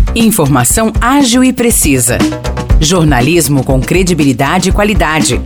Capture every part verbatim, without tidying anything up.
Informação ágil e precisa. Jornalismo com credibilidade e qualidade.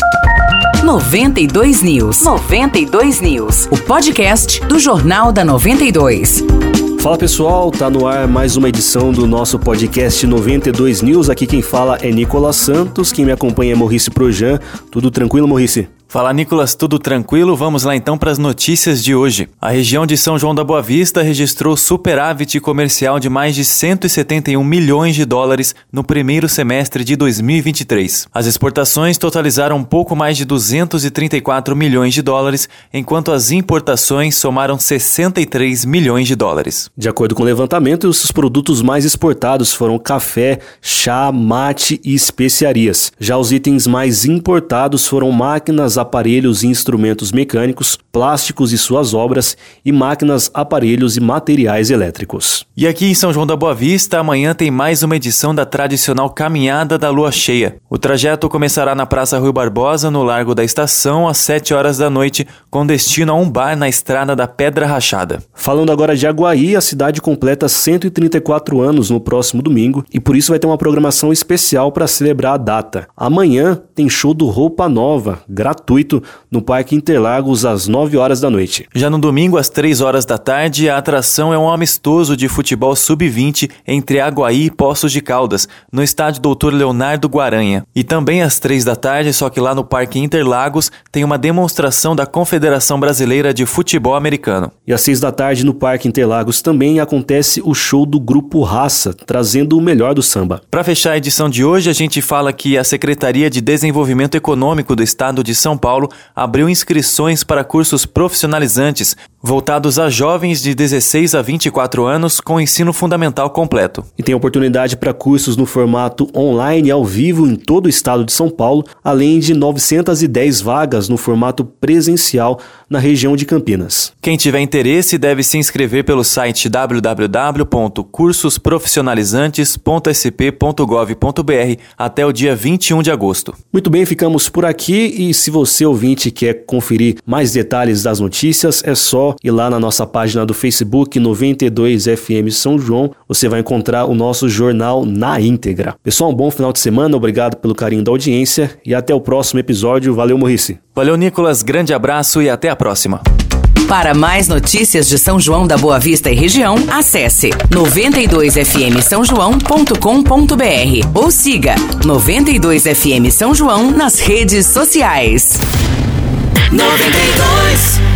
noventa e dois News. noventa e dois News. O podcast do Jornal da noventa e dois. Fala pessoal, tá no ar mais uma edição do nosso podcast noventa e dois News. Aqui quem fala é Nicolas Santos, quem me acompanha é Maurice Projan. Tudo tranquilo, Maurice? Fala, Nicolas, tudo tranquilo? Vamos lá então para as notícias de hoje. A região de São João da Boa Vista registrou superávit comercial de mais de cento e setenta e um milhões de dólares no primeiro semestre de dois mil e vinte e três. As exportações totalizaram um pouco mais de duzentos e trinta e quatro milhões de dólares, enquanto as importações somaram sessenta e três milhões de dólares. De acordo com o levantamento, os produtos mais exportados foram café, chá, mate e especiarias. Já os itens mais importados foram máquinas, aparelhos e instrumentos mecânicos, plásticos e suas obras e máquinas, aparelhos e materiais elétricos. E aqui em São João da Boa Vista, amanhã tem mais uma edição da tradicional Caminhada da Lua Cheia. O trajeto começará na Praça Rui Barbosa, no Largo da Estação, às sete horas da noite, com destino a um bar na Estrada da Pedra Rachada. Falando agora de Aguaí, a cidade completa cento e trinta e quatro anos no próximo domingo e por isso vai ter uma programação especial para celebrar a data. Amanhã tem show do Roupa Nova, gratuito, no Parque Interlagos às nove horas da noite. Já no domingo, às três horas da tarde, a atração é um amistoso de futebol sub vinte entre Aguaí e Poços de Caldas, no estádio doutor Leonardo Guaranha. E também às três da tarde, só que lá no Parque Interlagos, tem uma demonstração da Confederação Brasileira de Futebol Americano. E às seis da tarde, no Parque Interlagos, também acontece o show do Grupo Raça, trazendo o melhor do samba. Para fechar a edição de hoje, a gente fala que a Secretaria de Desenvolvimento Econômico do Estado de São Paulo abriu inscrições para cursos profissionalizantes voltados a jovens de dezesseis a vinte e quatro anos com ensino fundamental completo. E tem oportunidade para cursos no formato online e ao vivo em todo o estado de São Paulo, além de novecentas e dez vagas no formato presencial na região de Campinas. Quem tiver interesse deve se inscrever pelo site w w w ponto cursos profissionalizantes ponto s p ponto gov ponto b r até o dia vinte e um de agosto. Muito bem, ficamos por aqui e se você ouvinte quer conferir mais detalhes das notícias, é só ir lá na nossa página do Facebook noventa e dois F M São João, você vai encontrar o nosso jornal na íntegra. Pessoal, um bom final de semana, obrigado pelo carinho da audiência e até o próximo episódio. Valeu, Maurice. Valeu, Nicolas, grande abraço e até a próxima. Para mais notícias de São João da Boa Vista e região, acesse noventa e dois f m são joão ponto com ponto b r ou siga noventa e dois F M São João nas redes sociais. noventa e dois